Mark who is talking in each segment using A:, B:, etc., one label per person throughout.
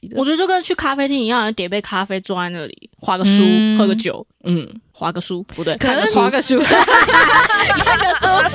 A: 我觉得就跟去咖啡厅一样，点杯咖啡坐在那里，划个书，喝个酒，划个书不对，
B: 可能划个书，
A: 看个书。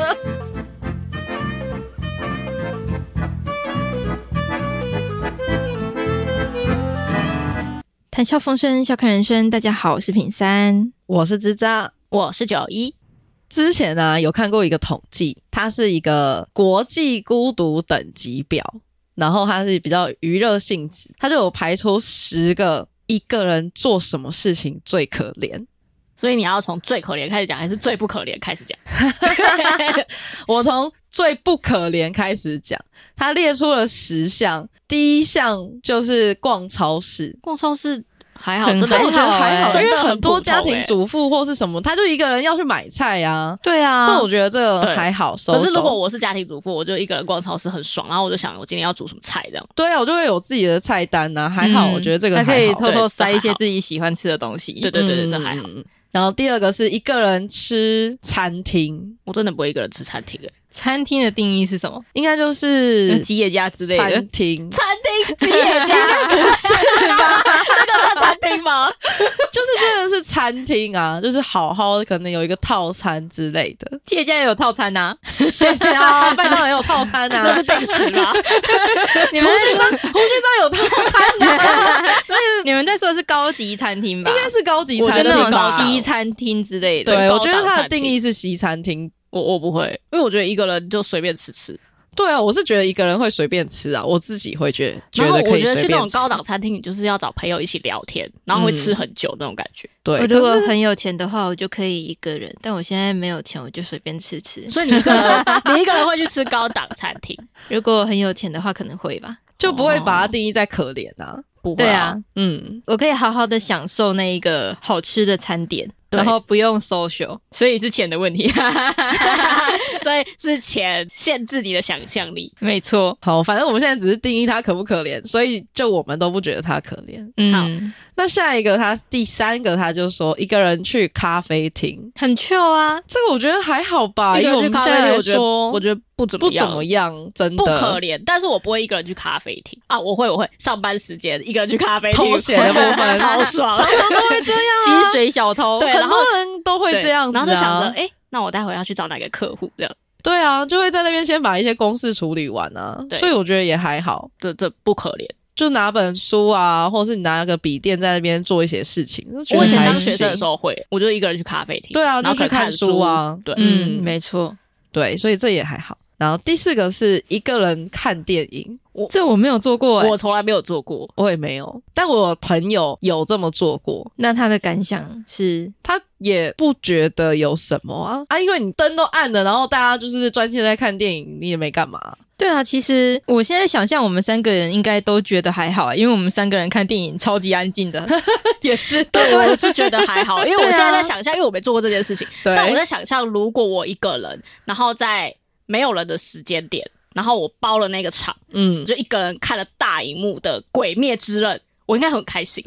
B: 谈笑风生，笑看人生。大家好，我是品三，
C: 我是吱喳，
A: 我是91。
C: 之前啊有看过一个统计，它是一个国际孤独等级表，然后它是比较娱乐性质，它就有排出10个一个人做什么事情最可怜。
A: 所以你要从最可怜开始讲，还是最不可怜开始讲？
C: 我从最不可怜开始讲，它列出了10项，第一项就是逛超市。
A: 逛超市还好，
B: 很
A: 真的
C: 我觉得还好，
A: 真的
C: 因为很多家庭
A: 普通
C: 主妇或是什么，他就一个人要去买菜啊。
B: 对啊，
C: 所以我觉得这个还好收。
A: 可是如果我是家庭主妇，我就一个人逛超市很爽，然后我就想我今天要煮什么菜这样。
C: 对啊，我就会有自己的菜单啊，还好，我觉得这个还好，
B: 还可以偷偷塞一些
A: 对
B: 自己喜欢吃的东西。
A: 对，这还好。
C: 然后第二个是一个人吃餐厅，
A: 我真的不会一个人吃餐厅欸。
B: 餐厅的定义是什么？
C: 应该就是
B: 吉野家之类的
C: 餐厅，
A: 餐厅吉野家不是吧？那个算餐厅吗？
C: 就是真的是餐厅啊，就是好好可能有一个套餐之类的。
B: 吉野家也有套餐啊，
C: 谢谢啊，麦当劳也有套餐啊，
A: 那是定时吗？
B: 你们
C: 胡须章有套餐啊，
B: 你们在说的是高级餐厅吧？
C: 应该是高级
B: 我
C: 餐厅吧，
B: 觉得那种西餐厅之类的。
C: 对，
A: 高
C: 我觉得它的
A: 档餐厅
C: 定义是西餐厅。
A: 我不会，因为我觉得一个人就随便吃。
C: 对啊，我是觉得一个人会随便吃啊，我自己会觉
A: 然后
C: 得可以
A: 我觉得去那种
C: 随便吃
A: 高档餐厅，你就是要找朋友一起聊天，然后会吃很久那种感觉。
C: 对，
B: 我如果
C: 可是
B: 很有钱的话，我就可以一个人，但我现在没有钱，我就随便吃。
A: 所以你一个人会去吃高档餐厅，
B: 如果很有钱的话，可能会吧。
C: 就不会把它定义在可怜啊。
A: 不会
B: 对啊，
C: 我
B: 可以好好的享受那一个好吃的餐点，
A: 对
B: 然后不用 social， 所以是钱的问题。
A: 所以是钱限制你的想象力。
B: 没错，
C: 好，反正我们现在只是定义他可不可怜，所以就我们都不觉得他可怜。
A: 好
C: 那下一个他第3个他就说一个人去咖啡厅，
B: 很 chill 啊。
C: 这个我觉得还好吧，因为我
A: 一个人去咖
C: 们现在来
A: 啡厅，
C: 说
A: 我觉得不怎么样，
C: 真的
A: 不可怜。但是我不会一个人去咖啡厅啊，我会上班时间一个人去咖啡厅，
C: 偷闲的部分
A: 好爽，
C: 常常都会这样啊，
B: 薪水小偷，
A: 对，
C: 很
A: 然后
C: 多人都会这样子啊，
A: 然后就想着，那我待会要去找哪个客户这样。
C: 对啊，就会在那边先把一些公事处理完啊，所以我觉得也还好，
A: 这不可怜。
C: 就拿本书啊，或者是你拿个笔电在那边做一些事情。
A: 我以前当学生的时候会，我就一个人去咖啡厅，
C: 对啊，
A: 然后可以看
C: 书啊，
A: 对，
B: 没错，
C: 对，所以这也还好。然后第4个是一个人看电影，
B: 这我没有做过
A: 我从来没有做过，
C: 我也没有，但我朋友有这么做过。
B: 那他的感想是，
C: 他也不觉得有什么啊，因为你灯都暗了，然后大家就是专心在看电影，你也没干嘛。
B: 对啊，其实我现在想象我们3个人应该都觉得还好，因为我们3个人看电影超级安静的，
C: 也是，
A: 对，我是觉得还好，因为我现在在想象，因为我没做过这件事情，
C: 对，
A: 但我在想象，如果我一个人，然后在没有人的时间点，然后我包了那个场，我就一个人看了大荧幕的《鬼灭之刃》，我应该很开心。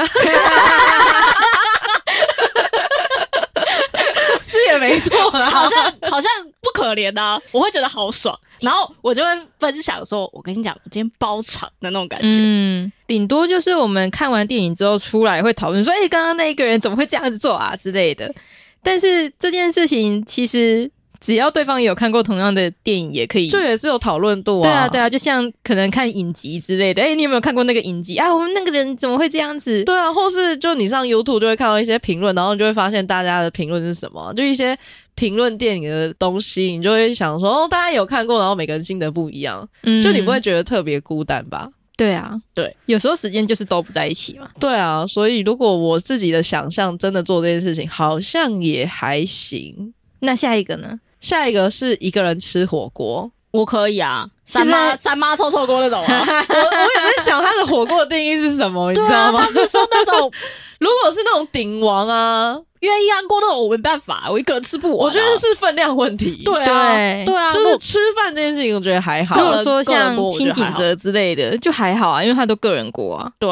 C: 是也没错啦，
A: 好像不可怜啊，我会觉得好爽，然后我就会分享说，我跟你讲，我今天包场的那种感觉。
B: 顶多就是我们看完电影之后出来会讨论说，刚刚那一个人怎么会这样子做啊之类的。但是这件事情其实只要对方也有看过同样的电影，也可以，
C: 这也是有讨论度啊。
B: 对啊，就像可能看影集之类的，你有没有看过那个影集啊？我们那个人怎么会这样子？
C: 对啊，或是就你上 YouTube 就会看到一些评论，然后你就会发现大家的评论是什么，就一些评论电影的东西，你就会想说，大家有看过，然后每个人心得不一样，就你不会觉得特别孤单吧？
B: 对啊，
A: 对，
B: 有时候时间就是都不在一起嘛。
C: 对啊，所以如果我自己的想象真的做这件事情，好像也还行。
B: 那下一个呢？
C: 下一个是一个人吃火锅，
A: 我可以啊，三妈臭臭锅那种啊。
C: 我也在想他的火锅的定义是什么，你知道吗？
A: 他是说那种，
C: 如果是那种鼎王啊、
A: 鸳鸯锅那种，我没办法，我一个人吃不完。
C: 我觉得是分量问题。
A: 对啊，
C: 就是吃饭这件事情，我觉得还好。
B: 如果说像清景泽之类的，就还好啊，因为他都个人锅啊。
A: 对啊，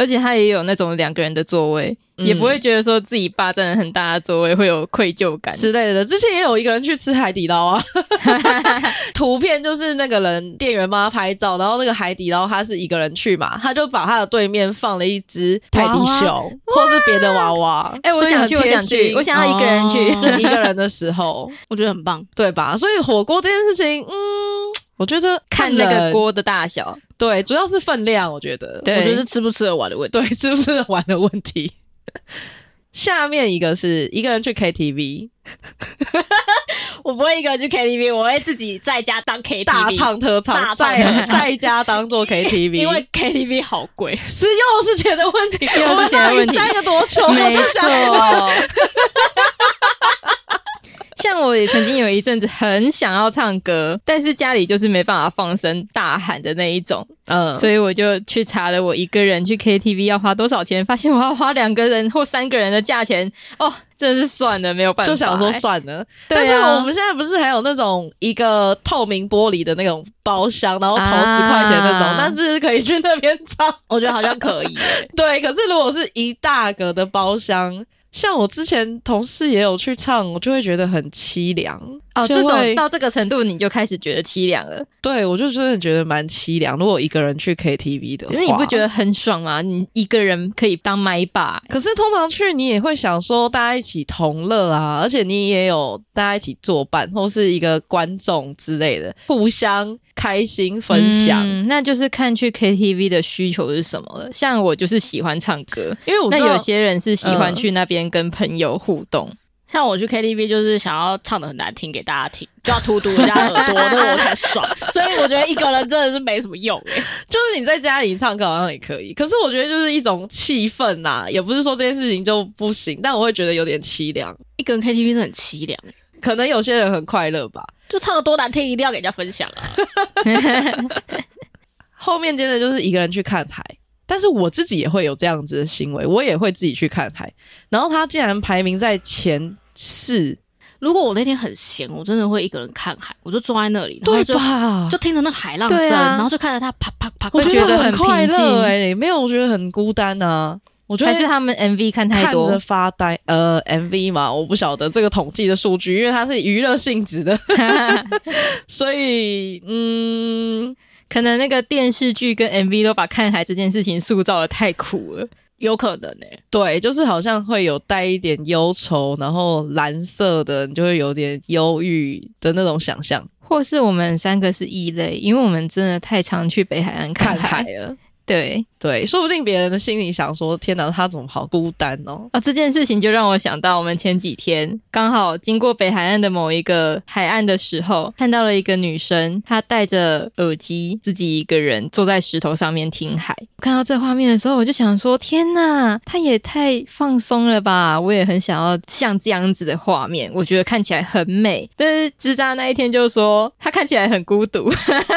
B: 而且他也有那种2个人的座位，也不会觉得说自己霸占了很大的座位会有愧疚感
C: 之类的。之前也有一个人去吃海底捞啊图片就是那个人店员帮他拍照，然后那个海底捞他是一个人去嘛，他就把他的对面放了一只泰迪熊或是别的娃娃。
B: 我想去，我想要一个人去
C: 一个人的时候
A: 我觉得很棒，
C: 对吧？所以火锅这件事情我觉得
B: 看那个锅的大小，
C: 对，主要是分量，我觉得
A: 是吃不吃得完的问题，
C: 对，吃不吃得完的问题。下面一个是一个人去 KTV
A: 我不会一个人去 KTV， 我会自己在家当 KTV，
C: 大唱特唱，在家当做 KTV
A: 因为 KTV 好贵，
C: 又是钱的问题，我们到底3个多穷，
B: 没错像我也曾经有一阵子很想要唱歌，但是家里就是没办法放声大喊的那一种，所以我就去查了我一个人去 KTV 要花多少钱，发现我要花2个人或3个人的价钱，真的是算了，没有办法，
C: 就想说算了。
B: 对啊，
C: 但是我们现在不是还有那种一个透明玻璃的那种包厢，然后投10块钱那种，但是可以去那边唱，
A: 我觉得好像可以
C: 对，可是如果是一大个的包厢，像我之前同事也有去唱，我就会觉得很凄凉。
B: 这种到这个程度你就开始觉得凄凉了。
C: 对，我就真的觉得蛮凄凉。如果一个人去 KTV 的话，
B: 可是你不觉得很爽吗？你一个人可以当麦霸，
C: 可是通常去你也会想说大家一起同乐啊，而且你也有大家一起作伴或是一个观众之类的，互相开心分享。
B: 那就是看去 KTV 的需求是什么了。像我就是喜欢唱歌，
C: 因为我知道
B: 那有些人是喜欢去那边跟朋友互动。
A: 像我去 KTV 就是想要唱得很难听给大家听，就要荼毒人家耳朵那我才爽，所以我觉得一个人真的是没什么用
C: 就是你在家里唱歌好像也可以，可是我觉得就是一种气氛啦，也不是说这件事情就不行，但我会觉得有点凄凉。
A: 一个人 KTV 是很凄凉
C: 可能有些人很快乐吧，
A: 就唱得多难听一定要给人家分享啊
C: 后面接着就是一个人去看海，但是我自己也会有这样子的行为，我也会自己去看海，然后他竟然排名在前4。
A: 如果我那天很闲，我真的会一个人看海，我就坐在那里，然后
C: 对吧？
A: 就听着那海浪声，然后就看着它啪啪啪，
C: 我觉得很快
B: 平静
C: 乐没有，我觉得很孤单啊。我觉得
B: 还是他们 MV 看太多，
C: 看着发呆。MV 嘛，我不晓得这个统计的数据，因为它是娱乐性质的，所以
B: 可能那个电视剧跟 MV 都把看海这件事情塑造的太苦了。
A: 有可能
C: 对，就是好像会有带一点忧愁，然后蓝色的你就会有点忧郁的那种想象，
B: 或是我们3个是异类，因为我们真的太常去北海岸看海
C: 了。
B: 对，
C: 说不定别人的心里想说天哪，他怎么好孤单哦。
B: 这件事情就让我想到我们前几天刚好经过北海岸的某一个海岸的时候，看到了一个女生，她戴着耳机自己一个人坐在石头上面听海。看到这画面的时候我就想说天哪，她也太放松了吧，我也很想要像这样子的画面，我觉得看起来很美。但是吱喳那一天就说她看起来很孤独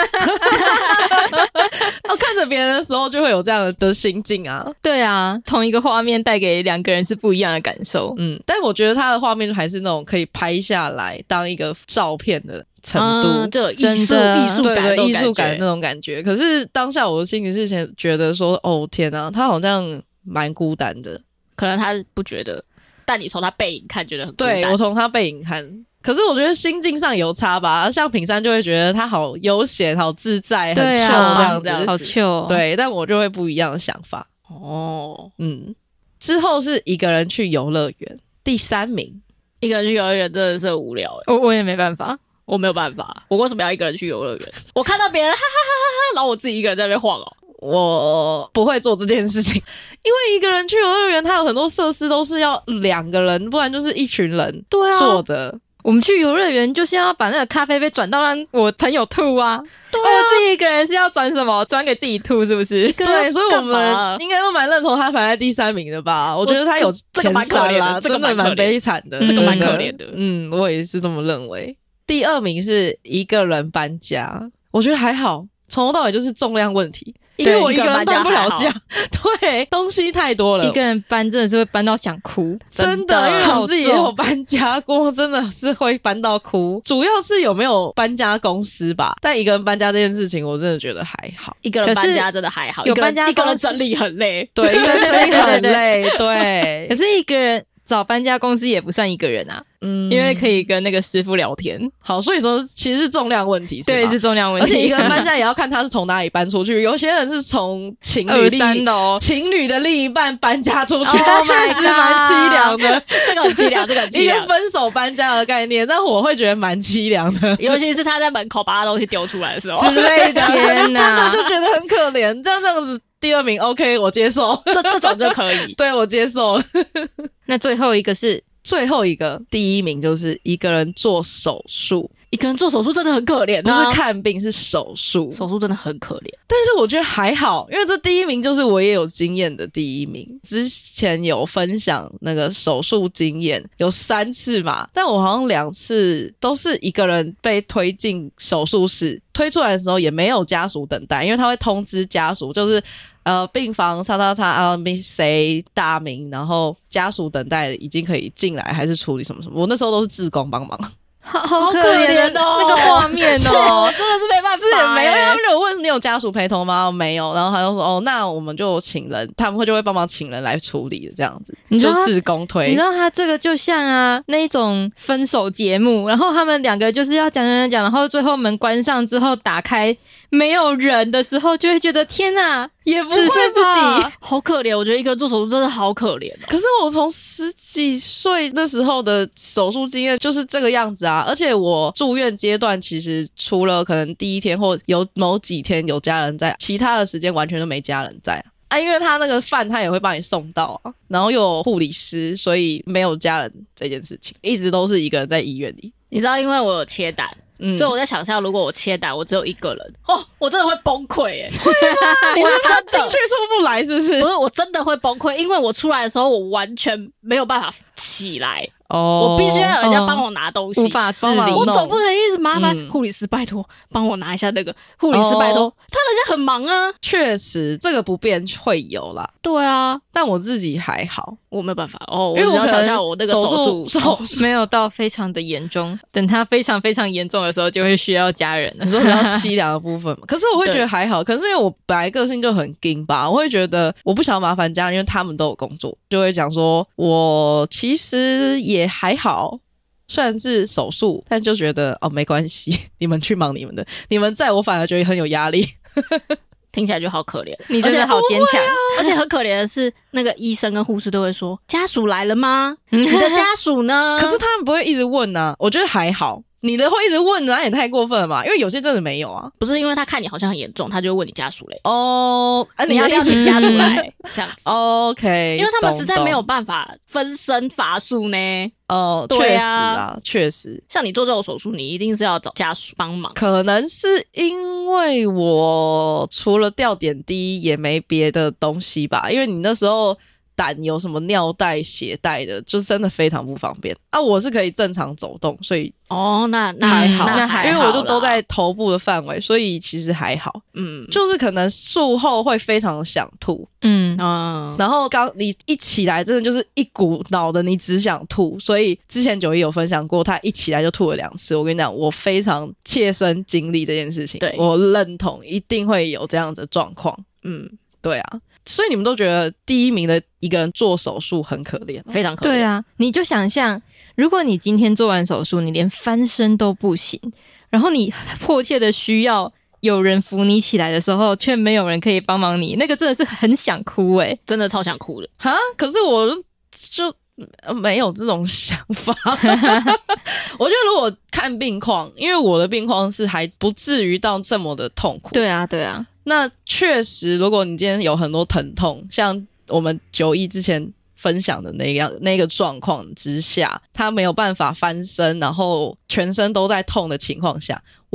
C: 看着别人的时候就会有这样的心境啊。
B: 对啊，同一个画面带给2个人是不一样的感受。
C: 但我觉得他的画面还是那种可以拍下来当一个照片的程度，
A: 就有艺术感，
C: 艺术感的那种感觉。可是当下我的心里是觉得说天啊，他好像蛮孤单的。
A: 可能他不觉得，但你从他背影看觉得很孤单。
C: 对，我从他背影看，可是我觉得心境上有差吧，像品山就会觉得他好悠闲好自在，很 chill 这样子，
B: 好 chill。
C: 对，但我就会不一样的想法。之后是一个人去游乐园，第3名。
A: 一个人去游乐园真的是很无聊
B: 我也没办法，
A: 我没有办法。我为什么要一个人去游乐园？我看到别人哈哈哈哈，然后我自己一个人在那边晃
C: 我不会做这件事情，因为一个人去游乐园，它有很多设施都是要2个人，不然就是一群人坐的。
B: 我们去游乐园就是要把那个咖啡杯转到让我朋友吐啊。对啊，我自己一个人是要转什么？转给自己吐是不是？
C: 对，所以我们应该都蛮认同他排在第3名的吧。我觉得他有前3啦，真的蛮悲惨的，
A: 这个蛮可怜的。
C: 我也是这么认为。第2名是一个人搬家，我觉得还好，从头到尾就是重量问题。 因为我一个人
A: 搬
C: 搬不了家，
A: 家
C: 对，东西太多了，
B: 一个人搬真的是会搬到想哭，
C: 真的，因为我自己也有搬家过，真的是会搬到哭。主要是有没有搬家公司吧，但一个人搬家这件事情，我真的觉得还好。
A: 一个人搬家真的还好，
B: 有搬家
A: 一个人整理很累，
C: 对，一个人整理很累，对。
B: 可是一个人找搬家公司也不算一个人啊，因为可以跟那个师傅聊天。
C: 好，所以说其实是重量问题，是吧？
B: 对，是重量问题。
C: 而且一个人搬家也要看他是从哪里搬出去，有些人是从情侣的另一半搬家出去，确实蛮凄凉的。
A: 这个很凄凉，这个很凄凉。
C: 一个分手搬家的概念，但我会觉得蛮凄凉的，
A: 尤其是他在门口把他东西丢出来的时候
C: 之类的，
B: 天哪，
C: 真的就觉得很可怜。这样子，第2名 OK， 我接受，
A: 这种就可以，
C: 对，我接受了。
B: 那最后一个，
C: 第1名就是一个人做手术。
A: 一个人做手术真的很可怜，
C: 不是看病，是手术。
A: 手术真的很可怜，
C: 但是我觉得还好，因为这第1名就是我也有经验的第1名。之前有分享那个手术经验，有3次嘛，但我好像2次都是一个人被推进手术室，推出来的时候也没有家属等待，因为他会通知家属，就是病房叉叉叉啊，谁大名，然后家属等待已经可以进来，还是处理什么什么。我那时候都是志工帮忙。
B: 好可怜哦，那个画面哦，
A: 真的是没办法。
C: 是没有，他们有问你有家属陪同吗？没有，然后他就说哦，那我们就请人，他们就会帮忙请人来处理这样子，就志工推。
B: 你知道他这个就像那一种分手节目，然后他们2个就是要讲，然后最后门关上之后打开没有人的时候，就会觉得天哪，
C: 也不会
B: 只剩自己，
A: 好可怜。我觉得一个人做手术真的好可怜
C: 可是我从10几岁那时候的手术经验就是这个样子啊，而且我住院阶段其实除了可能第1天或有某几天有家人在，其他的时间完全都没家人在啊，因为他那个饭他也会帮你送到啊，然后又有护理师，所以没有家人这件事情，一直都是一个人在医院里。
A: 你知道，因为我有切胆。所以我在想象，如果我切胆，我只有一个人，我真的会崩溃耶！
C: 会吗？你是进去出不来，是不是？
A: 不是，我真的会崩溃，因为我出来的时候，我完全没有办法起来。我必须要有人家帮我拿东西，
B: 无法自理。
A: 我总不能一直麻烦护理师拜托帮我拿一下那个，护理师拜托，他人家很忙啊。
C: 确实，这个不便会有啦。
A: 对啊，
C: 但我自己还好，
A: 我没有办法我只要想象我那个手术
B: 没有到非常的严重，等他非常非常严重的时候，就会需要家人了。
C: 你说比较凄凉的部分嘛？可是我会觉得还好，可是因为我本来个性就很硬吧，我会觉得我不想麻烦家人，因为他们都有工作，就会讲说我其实也还好。虽然是手术，但就觉得没关系，你们去忙你们的，你们在我反而觉得很有压力。
A: 听起来就好可怜，
B: 你真的好坚强。
A: 而且很可怜的是，那个医生跟护士都会说：“家属来了吗？你的家属呢？”
C: 可是他们不会一直问啊，我觉得还好。你的会一直问，那也太过分了吧？因为有些真的没有啊，
A: 不是因为他看你好像很严重，他就会问你家属嘞。
C: 你
A: 要不要请家属来？这样子。
C: OK，
A: 因为他们实在没有办法分身乏术呢。
C: 确实啊，确实。
A: 像你做这种手术，你一定是要找家属帮忙。
C: 可能是因为我除了吊点滴也没别的东西吧，因为你那时候胆有什么尿袋、血袋的，就真的非常不方便啊！我是可以正常走动，所以
A: 那
C: 还好，
A: 那还好，
C: 因为我就都在头部的范围，所以其实还好。就是可能术后会非常想吐，然后刚你一起来，真的就是一股脑的你只想吐，所以之前91有分享过，他一起来就吐了2次。我跟你讲，我非常切身经历这件事情，
A: 对，
C: 我认同一定会有这样的状况。对啊。所以你们都觉得第1名的一个人做手术很可怜，
A: 非常可怜。
B: 对啊，你就想象，如果你今天做完手术，你连翻身都不行，然后你迫切的需要有人扶你起来的时候，却没有人可以帮忙你，那个真的是很想哭
A: 真的超想哭的
C: 哈。可是我就没有这种想法。我觉得如果看病况，因为我的病况是还不至于到这么的痛苦。
B: 对啊。
C: 那确实，如果你今天有很多疼痛，像我们91之前分享的那个状况之下，他没有办法翻身，然后全身都在痛的情况下，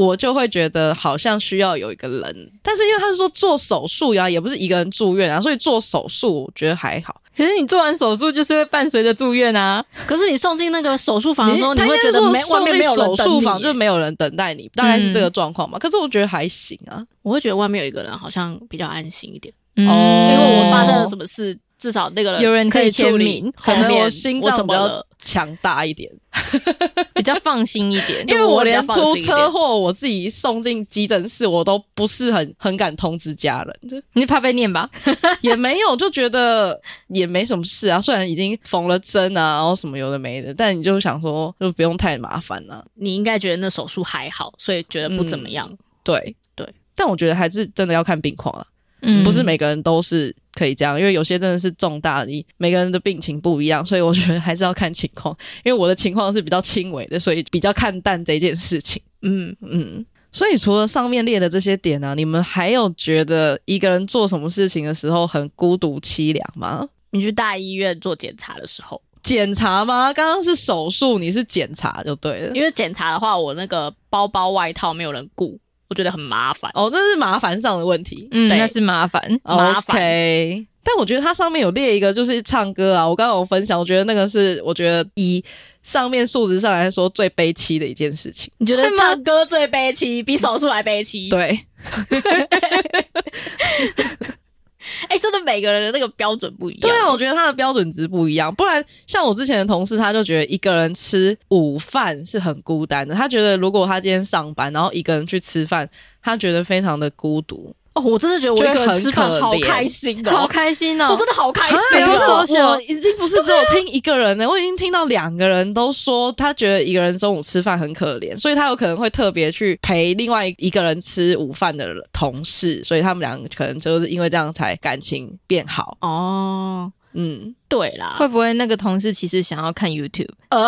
C: 我就会觉得好像需要有一个人。但是因为他是说做手术呀，也不是一个人住院啊，所以做手术我觉得还好。
B: 可是你做完手术就是会伴随着住院啊。
A: 可是你送进那个手术房的时候，你会觉得外面没有人等你，
C: 手术房就没有人等待你，大概是这个状况嘛。可是我觉得还行啊，
A: 我会觉得外面有一个人好像比较安心一点。
B: 因
A: 为我发生了什么事，至少那个人
B: 有人可以
A: 处理
B: 签名，
C: 可能我心脏比较强大一点，
B: 比较放心一点。
C: 因为我连出车祸我自己送进急诊室，我都不是很敢通知家人。
B: 你怕被念吧？
C: 也没有，就觉得也没什么事啊。虽然已经缝了针啊，然后什么有的没的，但你就想说，就不用太麻烦啊。
A: 你应该觉得那手术还好，所以觉得不怎么样。
C: 对，但我觉得还是真的要看病况啊。不是每个人都是可以这样，因为有些真的是重大的，每个人的病情不一样，所以我觉得还是要看情况。因为我的情况是比较轻微的，所以比较看淡这件事情。所以除了上面列的这些点啊，你们还有觉得一个人做什么事情的时候很孤独凄凉吗？
A: 你去大医院做检查的时候。
C: 检查吗？刚刚是手术，你是检查就对了。
A: 因为检查的话，我那个包包外套没有人顾，我觉得很麻烦。
C: 哦，那是麻烦上的问题。
B: 对，那是麻烦。
C: OK， 但我觉得它上面有列一个就是唱歌啊，我刚刚有分享，我觉得那个是我觉得以上面数值上来说最悲戚的一件事情。
A: 你觉得唱歌最悲戚，比手术还悲戚？
C: 对。
A: 真的每个人的那个标准不一样。
C: 对啊，我觉得他的标准值不一样。不然像我之前的同事，他就觉得一个人吃午饭是很孤单的。他觉得如果他今天上班，然后一个人去吃饭，他觉得非常的孤独。
A: 我真的觉得我一个人吃饭好开心
B: 好开心哦！
A: 我真的好开心
C: 我已经不是只有听一个人了，我已经听到2个人都说他觉得一个人中午吃饭很可怜，所以他有可能会特别去陪另外一个人吃午饭的同事，所以他们两个可能就是因为这样才感情变好。
A: 对啦，
B: 会不会那个同事其实想要看 YouTube？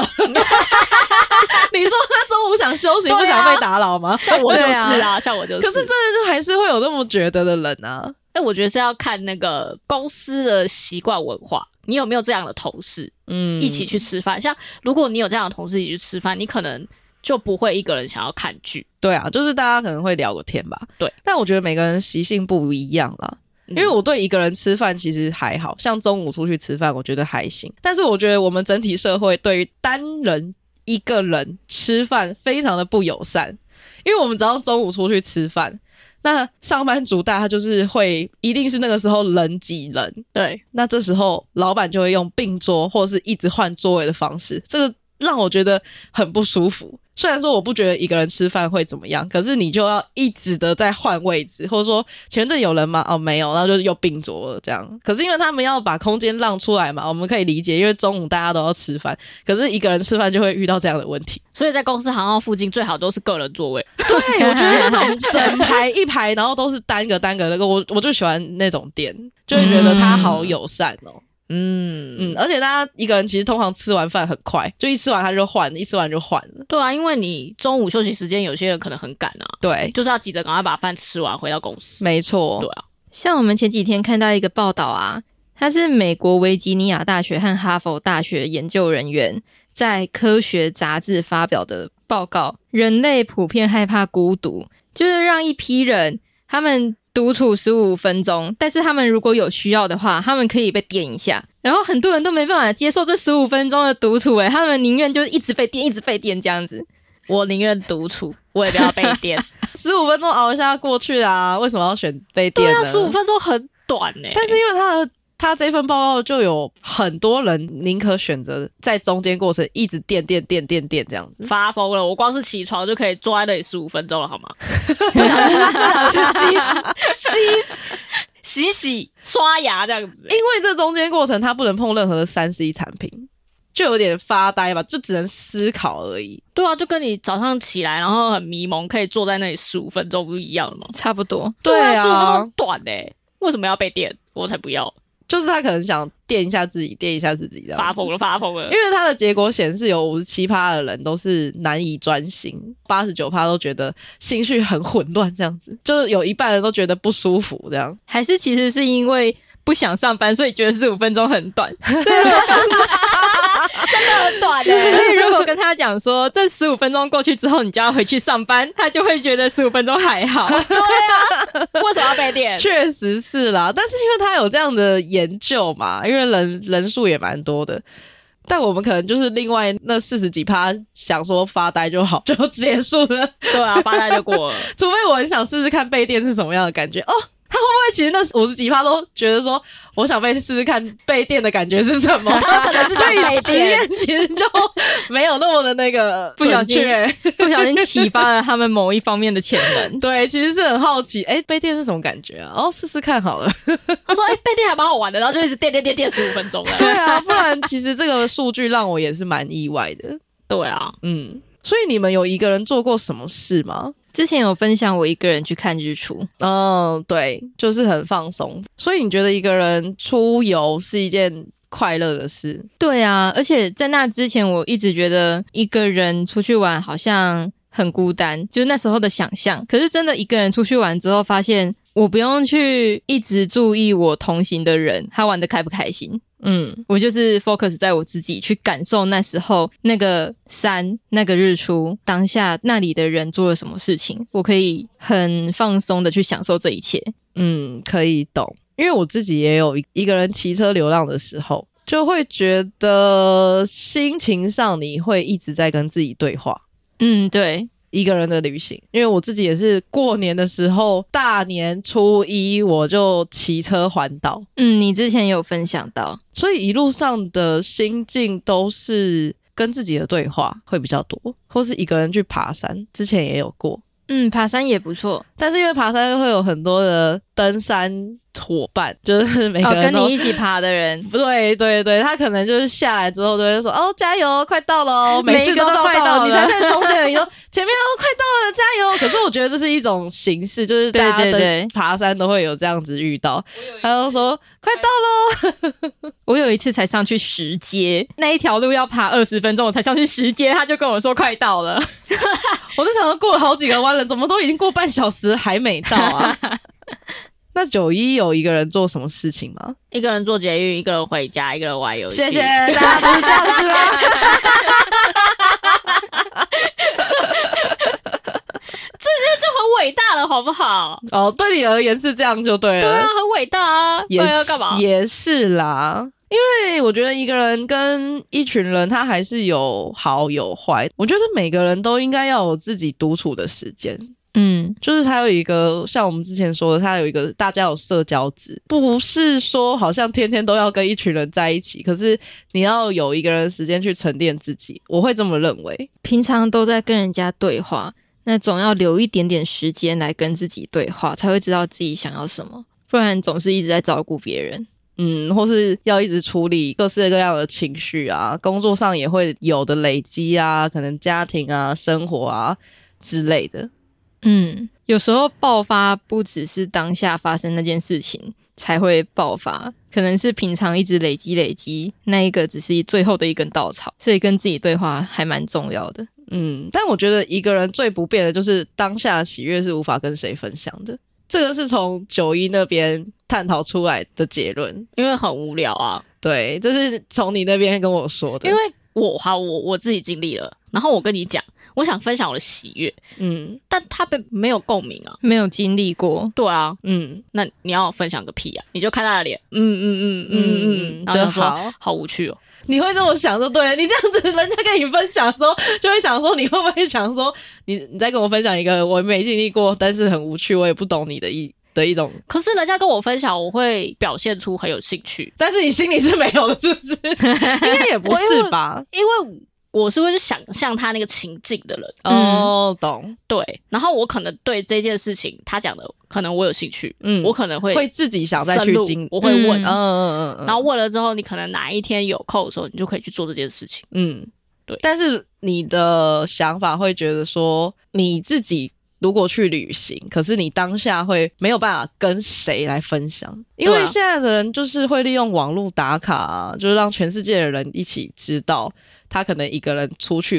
C: 你说他中午想休息，不想被打扰吗？
A: 像我就是啊，像我就是。
C: 可是真的就还是会有那么觉得的人啊。
A: 我觉得是要看那个公司的习惯文化，你有没有这样的同事，一起去吃饭。像如果你有这样的同事一起去吃饭，你可能就不会一个人想要看剧。
C: 对啊，就是大家可能会聊个天吧。对，但我觉得每个人习性不一样啦。因为我对一个人吃饭其实还好，像中午出去吃饭我觉得还行，但是我觉得我们整体社会对于单人一个人吃饭非常的不友善。因为我们只要中午出去吃饭，那上班族大家就是会一定是那个时候人挤人，对，那这时候老板就会用并桌或是一直换座位的方式，这个让我觉得很不舒服。虽然说我不觉得一个人吃饭会怎么样，可是你就要一直的在换位置，或者说前阵有人吗？没有，然后就又并桌了这样。可是因为他们要把空间让出来嘛，我们可以理解，因为中午大家都要吃饭，可是一个人吃饭就会遇到这样的问题。
A: 所以在公司行号附近最好都是个人座位。
C: 对，我觉得那种整排一排然后都是单个那个，我就喜欢那种店，就会觉得他好友善哦。而且大家一个人其实通常吃完饭很快，就一吃完他就换，一吃完就换了。
A: 对啊，因为你中午休息时间有些人可能很赶啊，对，就是要急着赶快把饭吃完回到公司。
C: 没错，
A: 对啊。
B: 像我们前几天看到一个报道啊，他是美国维吉尼亚大学和哈佛大学研究人员在科学杂志发表的报告，人类普遍害怕孤独，就是让一批人他们独处15分钟，但是他们如果有需要的话，他们可以被电一下。然后很多人都没办法接受这15分钟的独处，他们宁愿就一直被电这样子。
A: 我宁愿独处，我也不要被电。
C: 15分钟熬一下过去啦，为什么要选被电呢？
A: 对啊，15分钟很短
C: 但是因为他这份报告就有很多人宁可选择在中间过程一直电这样子，
A: 发疯了。我光是起床就可以坐在那里15分钟了，好吗？洗刷牙这样子。
C: 因为这中间过程他不能碰任何的3C 产品，就有点发呆吧，就只能思考而已。
A: 对啊，就跟你早上起来然后很迷蒙可以坐在那里15分钟不是一样的吗？
B: 差不多。
A: 对啊，15分钟很短为什么要被电？我才不要。
C: 就是他可能想电一下自己这样。
A: 发疯了。
C: 因为他的结果显示有 57% 的人都是难以专心， 89% 都觉得情绪很混乱这样子，就是有一半人都觉得不舒服这样。
B: 还是其实是因为不想上班，所以觉得15分钟很短。
A: 真的很短的。
B: 所以如果跟他讲说这15分钟过去之后你就要回去上班，他就会觉得15分钟还好。
A: 对啊，为什么要被电？
C: 确实是啦，但是因为他有这样的研究嘛，因为人数也蛮多的。但我们可能就是另外那40几%想说发呆就好，就结束了。
A: 对啊，发呆就过了。
C: 除非我很想试试看被电是什么样的感觉哦。他会不会其实那50几%都觉得说，我想试试看被电的感觉是什么？
A: 他可能是想被电，
C: 所以实验其实就没有那么的那个
B: 不小心启发了他们某一方面的潜能。
C: 对，其实是很好奇，被电是什么感觉啊？哦，试试看好了。
A: 他说，被电还蛮好玩的，然后就一直电15分钟了。
C: 对啊，不然其实这个数据让我也是蛮意外的。
A: 对啊，
C: 所以你们有一个人做过什么事吗？
B: 之前有分享我一个人去看日出。
C: 对，就是很放松。所以你觉得一个人出游是一件快乐的事？
B: 对啊，而且在那之前我一直觉得一个人出去玩好像很孤单，就是那时候的想象。可是真的一个人出去玩之后发现，我不用去一直注意我同行的人他玩得开不开心。我就是 focus 在我自己，去感受那时候那个山，那个日出，当下那里的人做了什么事情，我可以很放松的去享受这一切。
C: 可以懂。因为我自己也有一个人骑车流浪的时候，就会觉得心情上你会一直在跟自己对话。
B: 对，
C: 一个人的旅行，因为我自己也是过年的时候，大年初1我就骑车环岛。
B: 你之前有分享到，
C: 所以一路上的心境都是跟自己的对话会比较多，或是一个人去爬山，之前也有过。
B: 爬山也不错，
C: 但是因为爬山会有很多的登山伙伴，就是每个人
B: 跟你一起爬的人。
C: 对对对，他可能就是下来之后就会说加油，快到了，每次都快到了，你才在中间，你说前面快到了，加油。可是我觉得这是一种形式，就是大家的爬山都会有这样子遇到，他就说快到咯。
B: 我有一次才上去10阶，那一条路要爬20分钟，我才上去10阶，他就跟我说快到了。
C: 我就想说过了好几个弯了，怎么都已经过半小时还没到啊？那91有一个人做什么事情吗？
A: 一个人做捷运，一个人回家，一个人玩游戏。
C: 谢谢大家，不是这样子吗？
A: 这些就很伟大了，好不好？
C: 对你而言是这样就对了。
A: 对啊，很伟大啊。
C: 也
A: 要干嘛？
C: 也是啦。因为我觉得一个人跟一群人他还是有好有坏，我觉得每个人都应该要有自己独处的时间。就是他有一个像我们之前说的，他有一个大家有社交值，不是说好像天天都要跟一群人在一起，可是你要有一个人时间去沉淀自己，我会这么认为。
B: 平常都在跟人家对话，那总要留一点点时间来跟自己对话，才会知道自己想要什么，不然总是一直在照顾别人。
C: 或是要一直处理各式各样的情绪啊，工作上也会有的累积啊，可能家庭啊、生活啊之类的。
B: 有时候爆发不只是当下发生那件事情才会爆发，可能是平常一直累积，那一个只是最后的一根稻草，所以跟自己对话还蛮重要的。
C: 但我觉得一个人最不变的就是当下的喜悦是无法跟谁分享的，这个是从91那边探讨出来的结论。
A: 因为很无聊啊。
C: 对，这是从你那边跟我说的。
A: 因为我自己经历了，然后我跟你讲，我想分享我的喜悦，但他没有共鸣啊，
B: 没有经历过。
A: 对啊，那你要分享个屁啊！你就看他的脸，然后就说好无趣哦。
C: 你会这么想就对了，你这样子人家跟你分享的时候就会想说，你会不会想说你在跟我分享一个我没经历过但是很无趣我也不懂你的一种。
A: 可是人家跟我分享，我会表现出很有兴趣，
C: 但是你心里是没有的，是不是？应该也不是吧？
A: 因为我是会去想象他那个情境的人。
C: 懂。
A: 对，然后我可能对这件事情他讲的可能我有兴趣，我可能会
C: 自己想再去经，
A: 我会问，
C: 然
A: 后问了之后，你可能哪一天有空的时候，你就可以去做这件事情。对。
C: 但是你的想法会觉得说，你自己如果去旅行，可是你当下会没有办法跟谁来分享，因为现在的人就是会利用网络打卡啊，就是让全世界的人一起知道他可能一个人出去玩，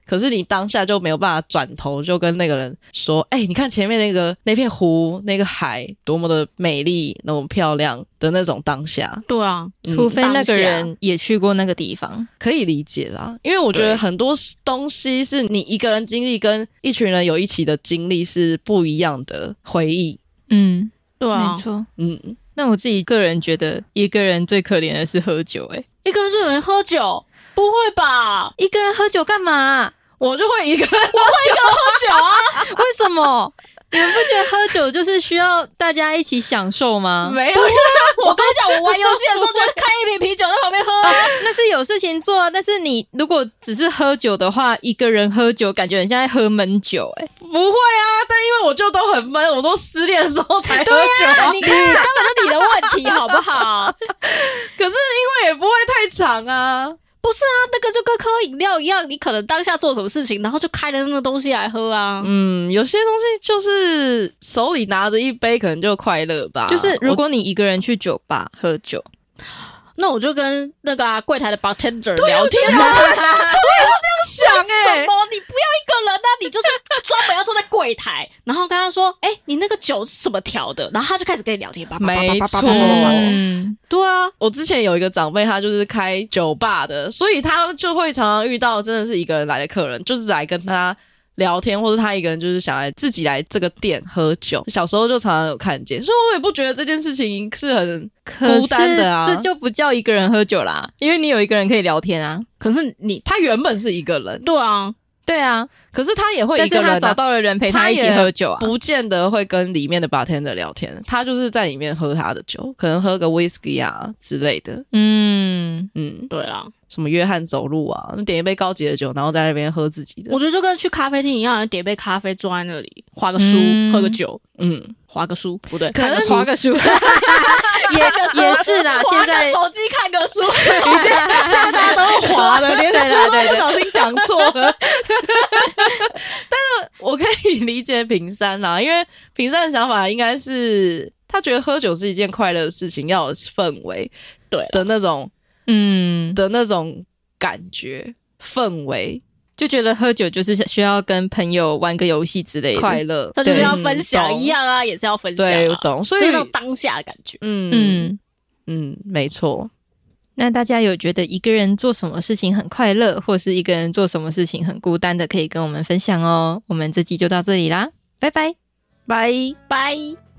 C: 可是你当下就没有办法转头就跟那个人说你看前面那片湖那个海多么的美丽那么漂亮的那种当下。
A: 对啊，
B: 除非那个人也去过那个地方，
C: 可以理解啦，因为我觉得很多东西是你一个人经历跟一群人有一起的经历是不一样的回忆。
A: 对啊，
B: 没错。那我自己个人觉得一个人最可怜的是喝酒。
A: 一个人就有人喝酒？不会吧？
B: 一个人喝酒干嘛？
C: 我就会一个人，
A: 我会一个人喝酒啊？
B: 为什么？你们不觉得喝酒就是需要大家一起享受吗？
C: 没有，
A: 我跟你讲，我玩游戏的时候就是开一瓶啤酒在旁边喝
B: 那是有事情做啊。但是你如果只是喝酒的话，一个人喝酒感觉很像在喝闷酒。
C: 不会啊，但因为我就都很闷，我都失恋的时候才喝酒。
A: 你看，根本是你的问题好不好？
C: 可是因为也不会太长啊。
A: 不是啊，那个就跟喝饮料一样，你可能当下做什么事情，然后就开了那个东西来喝啊。
C: 有些东西就是手里拿着一杯，可能就快乐吧。
B: 就是如果你一个人去酒吧喝酒，
A: 那我就跟那个柜台的 bartender 聊天
C: 啊。我也是这样想
A: 什么？你不要一个人啊，你就是专门要坐在柜台，然后跟他说，你那个酒是怎么调的？然后他就开始跟你聊天，
C: 没错。
A: 对啊，
C: 我之前有一个长辈，他就是开酒吧的，所以他就会常常遇到真的是一个人来的客人，就是来跟他聊天，或者他一个人就是想来自己来这个店喝酒。小时候就常常有看见，所以我也不觉得这件事情是很孤单的啊。
B: 这就不叫一个人喝酒啦，因为你有一个人可以聊天啊。
A: 可是
C: 他原本是一个人，
B: 对啊，
C: 可是他也会一个人，
B: 但是他找到了人陪他一起喝酒啊，
C: 不见得会跟里面的 bartender 聊天，他就是在里面喝他的酒，可能喝个 whisky 啊之类的。
A: 对啊，
C: 什么约翰走路啊，点一杯高级的酒，然后在那边喝自己的。
A: 我觉得就跟去咖啡厅一样，点一杯咖啡，坐在那里划个书，喝个酒，划个书，不对，
B: 可能划个书。也是啦，现在
A: 手机看个书，
C: 现在大家都是滑的，连书都不小心讲错了。但是我可以理解品山啦，因为品山的想法应该是他觉得喝酒是一件快乐的事情，要有氛围，
A: 对
C: 的那种，的那种感觉氛围。
B: 就觉得喝酒就是需要跟朋友玩个游戏之类的
C: 快乐，
A: 他就是要分享一样啊，也是要分享。
C: 对，我懂，所以
A: 这种当下的感觉。
C: 没错。
B: 那大家有觉得一个人做什么事情很快乐，或是一个人做什么事情很孤单的，可以跟我们分享哦。我们这集就到这里啦，拜拜，
C: 拜
A: 拜。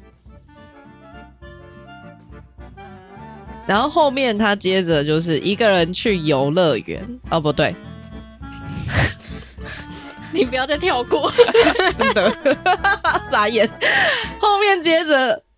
C: 然后后面他接着就是一个人去游乐园，哦不对。
A: 你不要再跳过
C: 真的傻眼。后面接着